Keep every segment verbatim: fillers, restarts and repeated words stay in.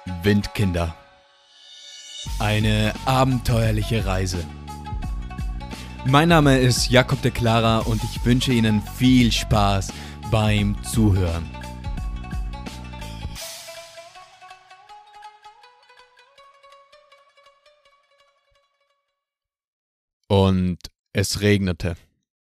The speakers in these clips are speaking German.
Windkinder. Eine abenteuerliche Reise. Mein Name ist Jakob de Clara und ich wünsche Ihnen viel Spaß beim Zuhören. Und es regnete.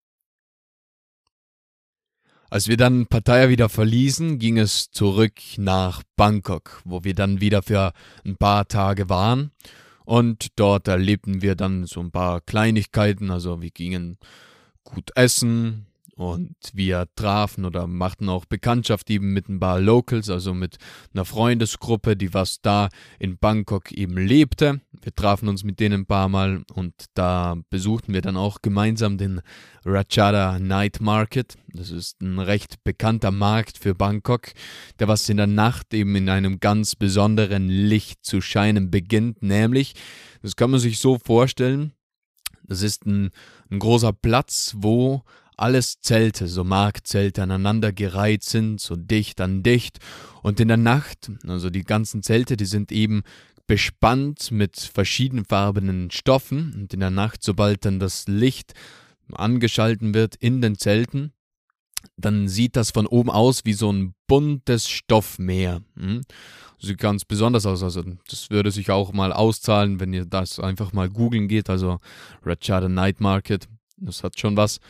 Als wir dann Pattaya wieder verließen, ging es zurück nach Bangkok, wo wir dann wieder für ein paar Tage waren. Und dort erlebten wir dann so ein paar Kleinigkeiten, also wir gingen gut essen und wir trafen oder machten auch Bekanntschaft eben mit ein paar Locals, also mit einer Freundesgruppe, die was da in Bangkok eben lebte. Wir trafen uns mit denen ein paar Mal und da besuchten wir dann auch gemeinsam den Ratchada Night Market. Das ist ein recht bekannter Markt für Bangkok, der was in der Nacht eben in einem ganz besonderen Licht zu scheinen beginnt, nämlich, das kann man sich so vorstellen, das ist ein, ein großer Platz, wo alles Zelte, so Marktzelte aneinandergereiht sind, so dicht an dicht. Und in der Nacht, also die ganzen Zelte, die sind eben bespannt mit verschiedenfarbenen Stoffen. Und in der Nacht, sobald dann das Licht angeschalten wird in den Zelten, dann sieht das von oben aus wie so ein buntes Stoffmeer. Hm? Sieht ganz besonders aus. Also das würde sich auch mal auszahlen, wenn ihr das einfach mal googeln geht. Also Ratchada Night Market, das hat schon was.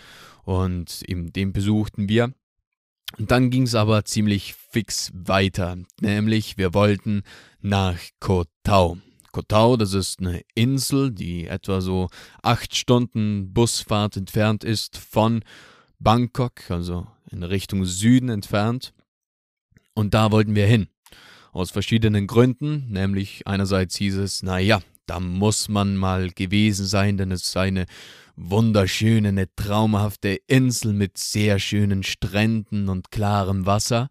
Und eben den besuchten wir. Und dann ging es aber ziemlich fix weiter. Nämlich wir wollten nach Koh Tao. Koh Tao, das ist eine Insel, die etwa so acht Stunden Busfahrt entfernt ist von Bangkok, also in Richtung Süden entfernt. Und da wollten wir hin. Aus verschiedenen Gründen. Nämlich einerseits hieß es, naja, da muss man mal gewesen sein, denn es ist eine wunderschöne, eine traumhafte Insel mit sehr schönen Stränden und klarem Wasser.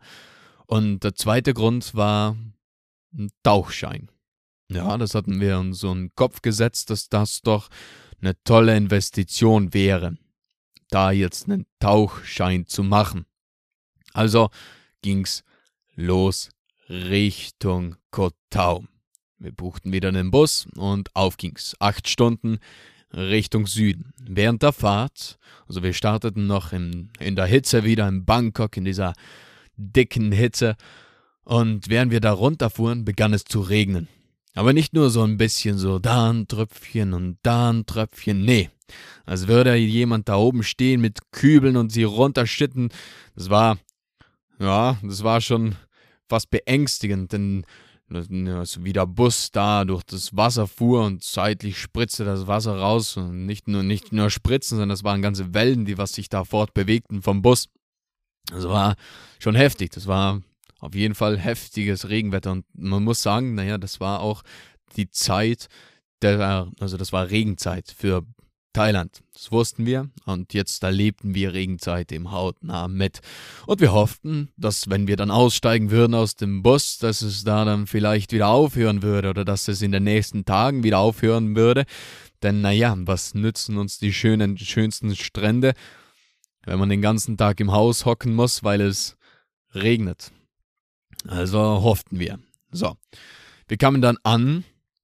Und der zweite Grund war ein Tauchschein. Ja, das hatten wir uns so in den Kopf gesetzt, dass das doch eine tolle Investition wäre, da jetzt einen Tauchschein zu machen. Also ging's los Richtung Koh Tao. Wir buchten wieder einen Bus und auf ging's. Acht Stunden Richtung Süden. Während der Fahrt, also wir starteten noch in, in der Hitze wieder in Bangkok, in dieser dicken Hitze. Und während wir da runterfuhren, begann es zu regnen. Aber nicht nur so ein bisschen so da ein Tröpfchen und da ein Tröpfchen, nee. Als würde jemand da oben stehen mit Kübeln und sie runterschütten. Das war, ja, das war schon fast beängstigend, denn also wie der Bus da durch das Wasser fuhr und seitlich spritzte das Wasser raus und nicht nur, nicht nur spritzen, sondern das waren ganze Wellen, die was sich da fortbewegten vom Bus. Das war schon heftig, das war auf jeden Fall heftiges Regenwetter und man muss sagen, naja, das war auch die Zeit, der, also das war Regenzeit für Thailand. Das wussten wir und jetzt erlebten wir Regenzeit im hautnah mit. Und wir hofften, dass wenn wir dann aussteigen würden aus dem Bus, dass es da dann vielleicht wieder aufhören würde oder dass es in den nächsten Tagen wieder aufhören würde. Denn naja, was nützen uns die schönen, schönsten Strände, wenn man den ganzen Tag im Haus hocken muss, weil es regnet. Also hofften wir. So, wir kamen dann an.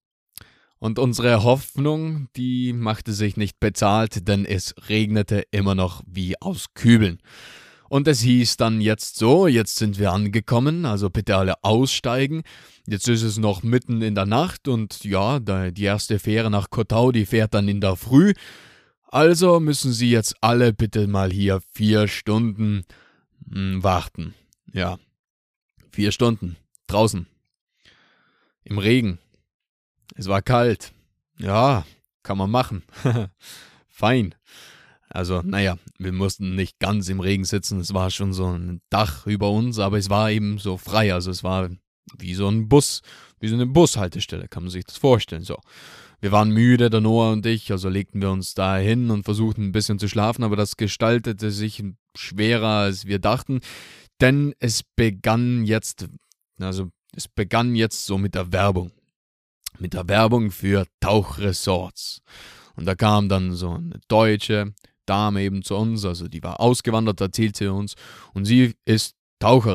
Und unsere Hoffnung, die machte sich nicht bezahlt, denn es regnete immer noch wie aus Kübeln. Und es hieß dann jetzt so, jetzt sind wir angekommen, also bitte alle aussteigen. Jetzt ist es noch mitten in der Nacht und ja, die erste Fähre nach Koh Tao, die fährt dann in der Früh. Also müssen Sie jetzt alle bitte mal hier vier Stunden mh, warten. Ja, vier Stunden draußen im Regen. Es war kalt. Ja, kann man machen. Fein. Also, naja, wir mussten nicht ganz im Regen sitzen. Es war schon so ein Dach über uns, aber es war eben so frei. Also es war wie so ein Bus, wie so eine Bushaltestelle, kann man sich das vorstellen. So. Wir waren müde, der Noah und ich, also legten wir uns da hin und versuchten ein bisschen zu schlafen, aber das gestaltete sich schwerer, als wir dachten. Denn es begann jetzt, also es begann jetzt so mit der Werbung. Mit der Werbung für Tauchresorts. Und da kam dann so eine deutsche Dame eben zu uns, also die war ausgewandert, erzählte uns, und sie ist Taucherin.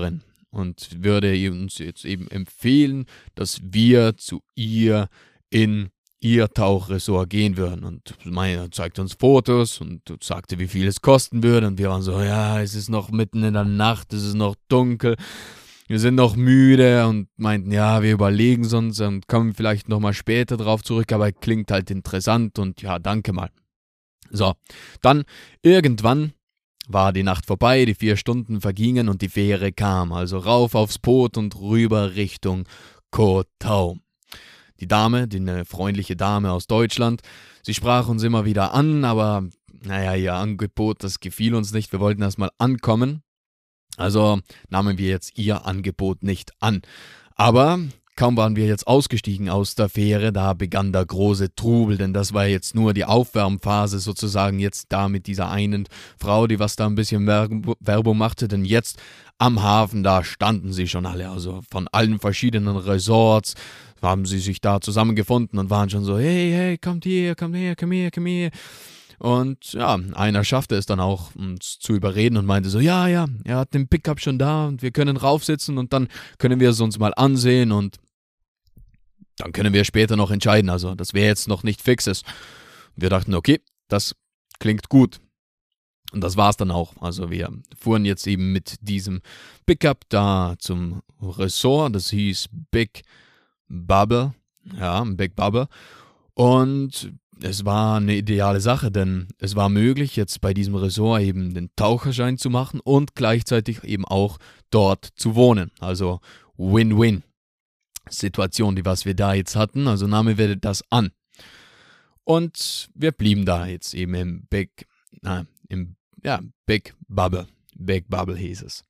und würde uns jetzt eben empfehlen, dass wir zu ihr in ihr Tauchresort gehen würden. Und meine zeigte uns Fotos und sagte, wie viel es kosten würde. Und wir waren so, ja, es ist noch mitten in der Nacht, es ist noch dunkel, wir sind noch müde und meinten, ja, wir überlegen es uns und kommen vielleicht nochmal später drauf zurück, aber klingt halt interessant und ja, danke mal. So, dann irgendwann war die Nacht vorbei, die vier Stunden vergingen und die Fähre kam, also rauf aufs Boot und rüber Richtung Koh Tao. Die Dame, die eine freundliche Dame aus Deutschland, sie sprach uns immer wieder an, aber naja, ihr Angebot, das gefiel uns nicht, wir wollten erstmal ankommen, also nahmen wir jetzt ihr Angebot nicht an. Aber kaum waren wir jetzt ausgestiegen aus der Fähre, da begann der große Trubel, denn das war jetzt nur die Aufwärmphase sozusagen jetzt da mit dieser einen Frau, die was da ein bisschen Werbung machte, denn jetzt am Hafen, da standen sie schon alle, also von allen verschiedenen Resorts haben sie sich da zusammengefunden und waren schon so, hey, hey, kommt hier, kommt her, komm her, komm her. Und ja, einer schaffte es dann auch, uns zu überreden und meinte so, ja, ja, er hat den Pickup schon da und wir können raufsitzen und dann können wir es uns mal ansehen und dann können wir später noch entscheiden. Also das wäre jetzt noch nicht fixes. Wir dachten, okay, das klingt gut. Und das war's dann auch. Also wir fuhren jetzt eben mit diesem Pickup da zum Resort, das hieß Big Bubble, ja, Big Bubble. Und es war eine ideale Sache, denn es war möglich, jetzt bei diesem Resort eben den Taucherschein zu machen und gleichzeitig eben auch dort zu wohnen. Also Win-Win-Situation, die was wir da jetzt hatten. Also nahmen wir das an. Und wir blieben da jetzt eben im Big, na, im, ja, Big Bubble. Big Bubble hieß es.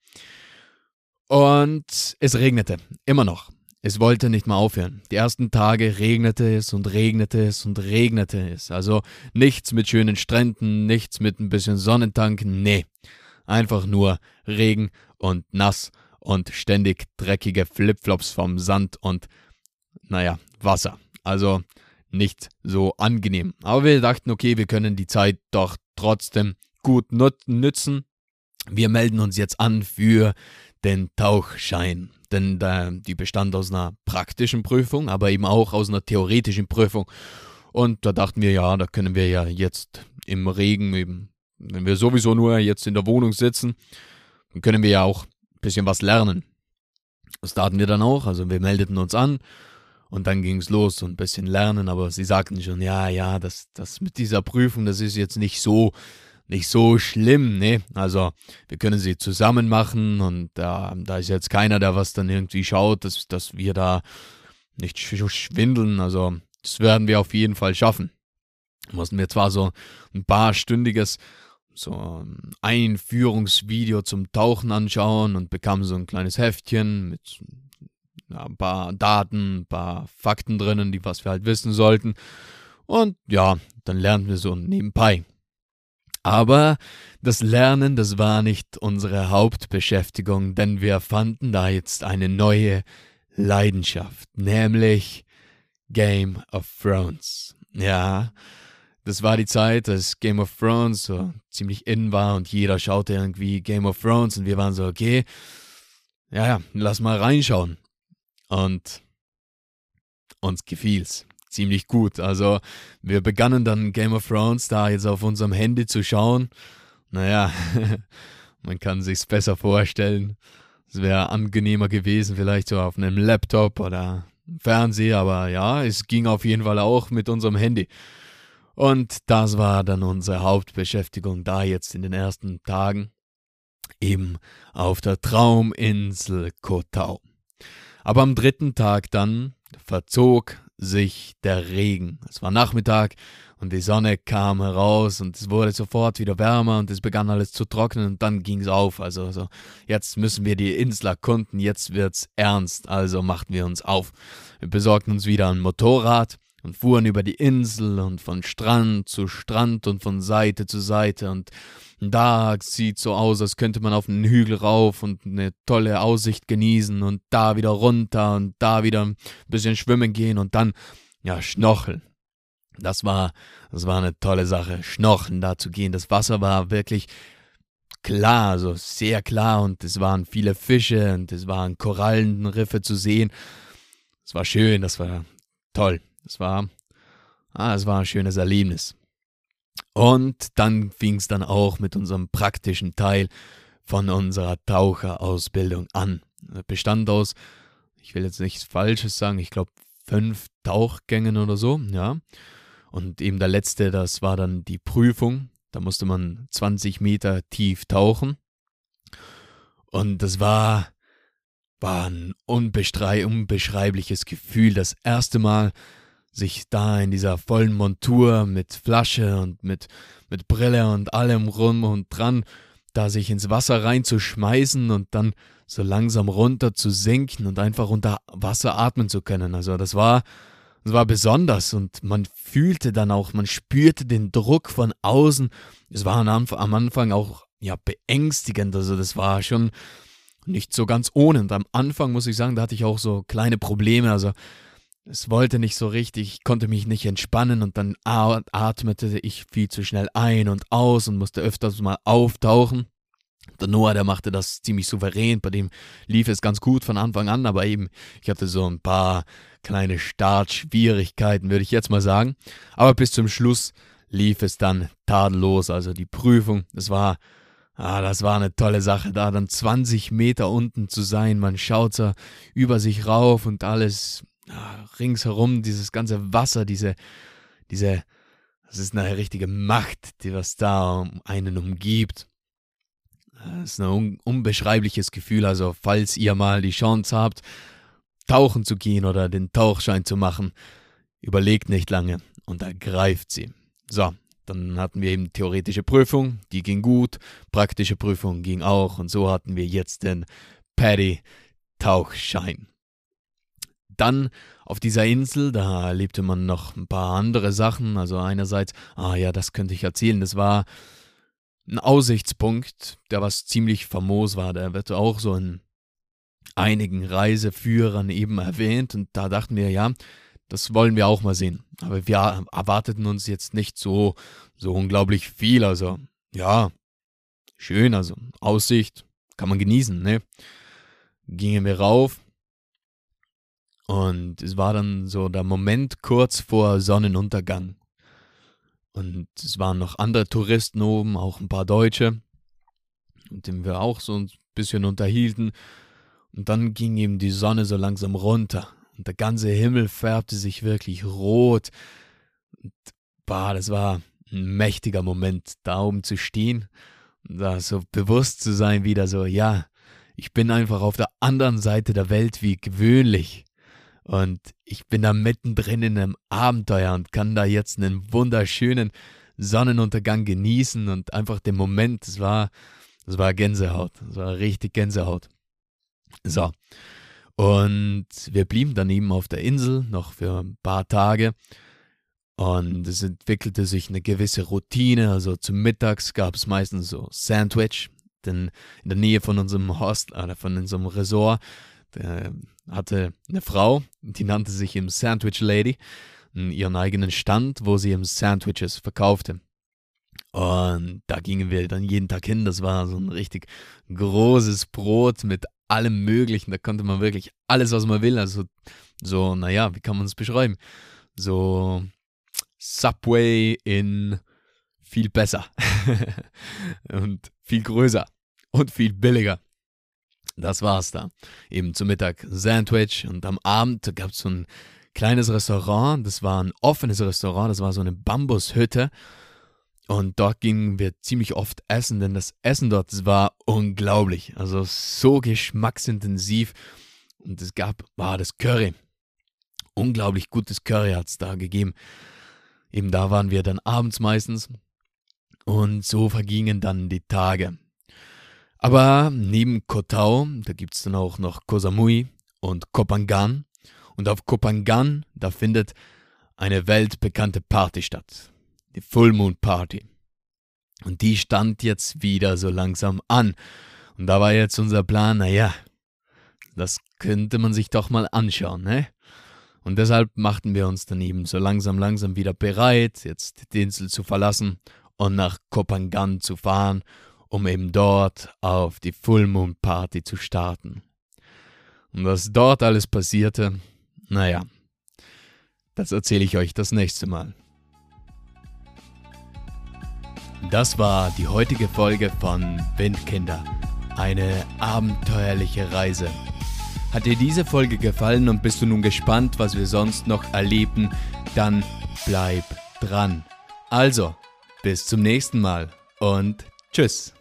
Und es regnete, immer noch. Es wollte nicht mal aufhören. Die ersten Tage regnete es und regnete es und regnete es. Also nichts mit schönen Stränden, nichts mit ein bisschen Sonnentank, nee. Einfach nur Regen und nass und ständig dreckige Flipflops vom Sand und, naja, Wasser. Also nicht so angenehm. Aber wir dachten, okay, wir können die Zeit doch trotzdem gut nut- nützen. Wir melden uns jetzt an für den Tauchschein. Denn äh, die bestand aus einer praktischen Prüfung, aber eben auch aus einer theoretischen Prüfung. Und da dachten wir, ja, da können wir ja jetzt im Regen eben, wenn wir sowieso nur jetzt in der Wohnung sitzen, dann können wir ja auch ein bisschen was lernen. Das taten wir dann auch, also wir meldeten uns an und dann ging es los, so ein bisschen lernen, aber sie sagten schon, ja, ja, das, das mit dieser Prüfung, das ist jetzt nicht so... Nicht so schlimm, ne? Also wir können sie zusammen machen und äh, da ist jetzt keiner, der was dann irgendwie schaut, dass, dass wir da nicht sch- schwindeln. Also das werden wir auf jeden Fall schaffen. Mussten wir zwar so ein paar stündiges so ein Einführungsvideo zum Tauchen anschauen und bekamen so ein kleines Heftchen mit ja, ein paar Daten, ein paar Fakten drinnen, die was wir halt wissen sollten. Und ja, dann lernten wir so nebenbei. Aber das Lernen, das war nicht unsere Hauptbeschäftigung, denn wir fanden da jetzt eine neue Leidenschaft, nämlich Game of Thrones. Ja, das war die Zeit, als Game of Thrones so ziemlich in war und jeder schaute irgendwie Game of Thrones und wir waren so, okay, ja, ja, lass mal reinschauen. Und uns gefiel's. Ziemlich gut. Also wir begannen dann Game of Thrones da jetzt auf unserem Handy zu schauen. Naja, man kann sich's besser vorstellen. Es wäre angenehmer gewesen, vielleicht so auf einem Laptop oder Fernseher, aber ja, es ging auf jeden Fall auch mit unserem Handy. Und das war dann unsere Hauptbeschäftigung da jetzt in den ersten Tagen, eben auf der Trauminsel Koh Tao. Aber am dritten Tag dann verzog sich der Regen. Es war Nachmittag und die Sonne kam heraus und es wurde sofort wieder wärmer und es begann alles zu trocknen und dann ging es auf. Also, also jetzt müssen wir die Insel erkunden, jetzt wird's ernst. Also machten wir uns auf. Wir besorgten uns wieder ein Motorrad und fuhren über die Insel und von Strand zu Strand und von Seite zu Seite und da sieht so aus, als könnte man auf einen Hügel rauf und eine tolle Aussicht genießen und da wieder runter und da wieder ein bisschen schwimmen gehen und dann, ja, schnorcheln. Das war, das war eine tolle Sache, schnorcheln da zu gehen. Das Wasser war wirklich klar, also sehr klar und es waren viele Fische und es waren Korallenriffe zu sehen. Es war schön, das war toll. Es war, ah, es war ein schönes Erlebnis. Und dann fing es dann auch mit unserem praktischen Teil von unserer Taucherausbildung an. Bestand aus, ich will jetzt nichts Falsches sagen, ich glaube fünf Tauchgängen oder so, ja. Und eben der letzte, das war dann die Prüfung. Da musste man zwanzig Meter tief tauchen. Und das war, war ein unbestrei- unbeschreibliches Gefühl. Das erste Mal sich da in dieser vollen Montur mit Flasche und mit, mit Brille und allem rum und dran, da sich ins Wasser reinzuschmeißen und dann so langsam runter zu sinken und einfach unter Wasser atmen zu können. Also das war, das war besonders und man fühlte dann auch, man spürte den Druck von außen. Es war am Anfang, am Anfang auch ja, beängstigend, also das war schon nicht so ganz ohne. Und am Anfang muss ich sagen, da hatte ich auch so kleine Probleme, also es wollte nicht so richtig, ich konnte mich nicht entspannen und dann atmete ich viel zu schnell ein und aus und musste öfters mal auftauchen. Der Noah, der machte das ziemlich souverän, bei dem lief es ganz gut von Anfang an, aber eben, ich hatte so ein paar kleine Startschwierigkeiten, würde ich jetzt mal sagen. Aber bis zum Schluss lief es dann tadellos, also die Prüfung, das war, ah, das war eine tolle Sache, da dann zwanzig Meter unten zu sein, man schaut so über sich rauf und alles ah, ringsherum, dieses ganze Wasser, diese, diese, das ist eine richtige Macht, die was da um einen umgibt. Das ist ein un- unbeschreibliches Gefühl, also falls ihr mal die Chance habt, tauchen zu gehen oder den Tauchschein zu machen, überlegt nicht lange und ergreift sie. So, dann hatten wir eben theoretische Prüfung, die ging gut, praktische Prüfung ging auch und so hatten wir jetzt den Paddy-Tauchschein. Dann auf dieser Insel, da erlebte man noch ein paar andere Sachen, also einerseits, ah ja, das könnte ich erzählen, das war ein Aussichtspunkt, der was ziemlich famos war, der wird auch so in einigen Reiseführern eben erwähnt und da dachten wir, ja, das wollen wir auch mal sehen. Aber wir erwarteten uns jetzt nicht so, so unglaublich viel, also ja, schön, also Aussicht kann man genießen, ne? Gingen wir rauf und es war dann so der Moment kurz vor Sonnenuntergang. Und es waren noch andere Touristen oben, auch ein paar Deutsche, mit denen wir auch so ein bisschen unterhielten. Und dann ging eben die Sonne so langsam runter. Und der ganze Himmel färbte sich wirklich rot. Und bah, das war ein mächtiger Moment, da oben zu stehen. Und da so bewusst zu sein, wieder so, ja, ich bin einfach auf der anderen Seite der Welt wie gewöhnlich. Und ich bin da mittendrin in einem Abenteuer und kann da jetzt einen wunderschönen Sonnenuntergang genießen und einfach den Moment, das war, das war Gänsehaut, das war richtig Gänsehaut. So, und wir blieben dann eben auf der Insel noch für ein paar Tage und es entwickelte sich eine gewisse Routine, also zum Mittags gab es meistens so Sandwich, denn in der Nähe von unserem Hostel, oder von unserem Resort, der hatte eine Frau, die nannte sich eben Sandwich Lady, ihren eigenen Stand, wo sie eben Sandwiches verkaufte. Und da gingen wir dann jeden Tag hin, das war so ein richtig großes Brot mit allem Möglichen, da konnte man wirklich alles, was man will, also so, naja, wie kann man es beschreiben? So Subway in viel besser und viel größer und viel billiger. Das war's da. Eben zum Mittag Sandwich und am Abend gab es so ein kleines Restaurant. Das war ein offenes Restaurant, das war so eine Bambushütte. Und dort gingen wir ziemlich oft essen, denn das Essen dort, das war unglaublich. Also so geschmacksintensiv. Und es gab, war das Curry. Unglaublich gutes Curry hat es da gegeben. Eben da waren wir dann abends meistens. Und so vergingen dann die Tage. Aber neben Koh Tao, da gibt es dann auch noch Koh Samui und Koh Phangan. Und auf Koh Phangan, da findet eine weltbekannte Party statt. Die Full Moon Party. Und die stand jetzt wieder so langsam an. Und da war jetzt unser Plan, naja, das könnte man sich doch mal anschauen, ne? Und deshalb machten wir uns dann eben so langsam, langsam wieder bereit, jetzt die Insel zu verlassen und nach Koh Phangan zu fahren, um eben dort auf die Full Moon Party zu starten. Und was dort alles passierte, naja, das erzähle ich euch das nächste Mal. Das war die heutige Folge von Windkinder, eine abenteuerliche Reise. Hat dir diese Folge gefallen und bist du nun gespannt, was wir sonst noch erleben, dann bleib dran. Also, bis zum nächsten Mal und tschüss.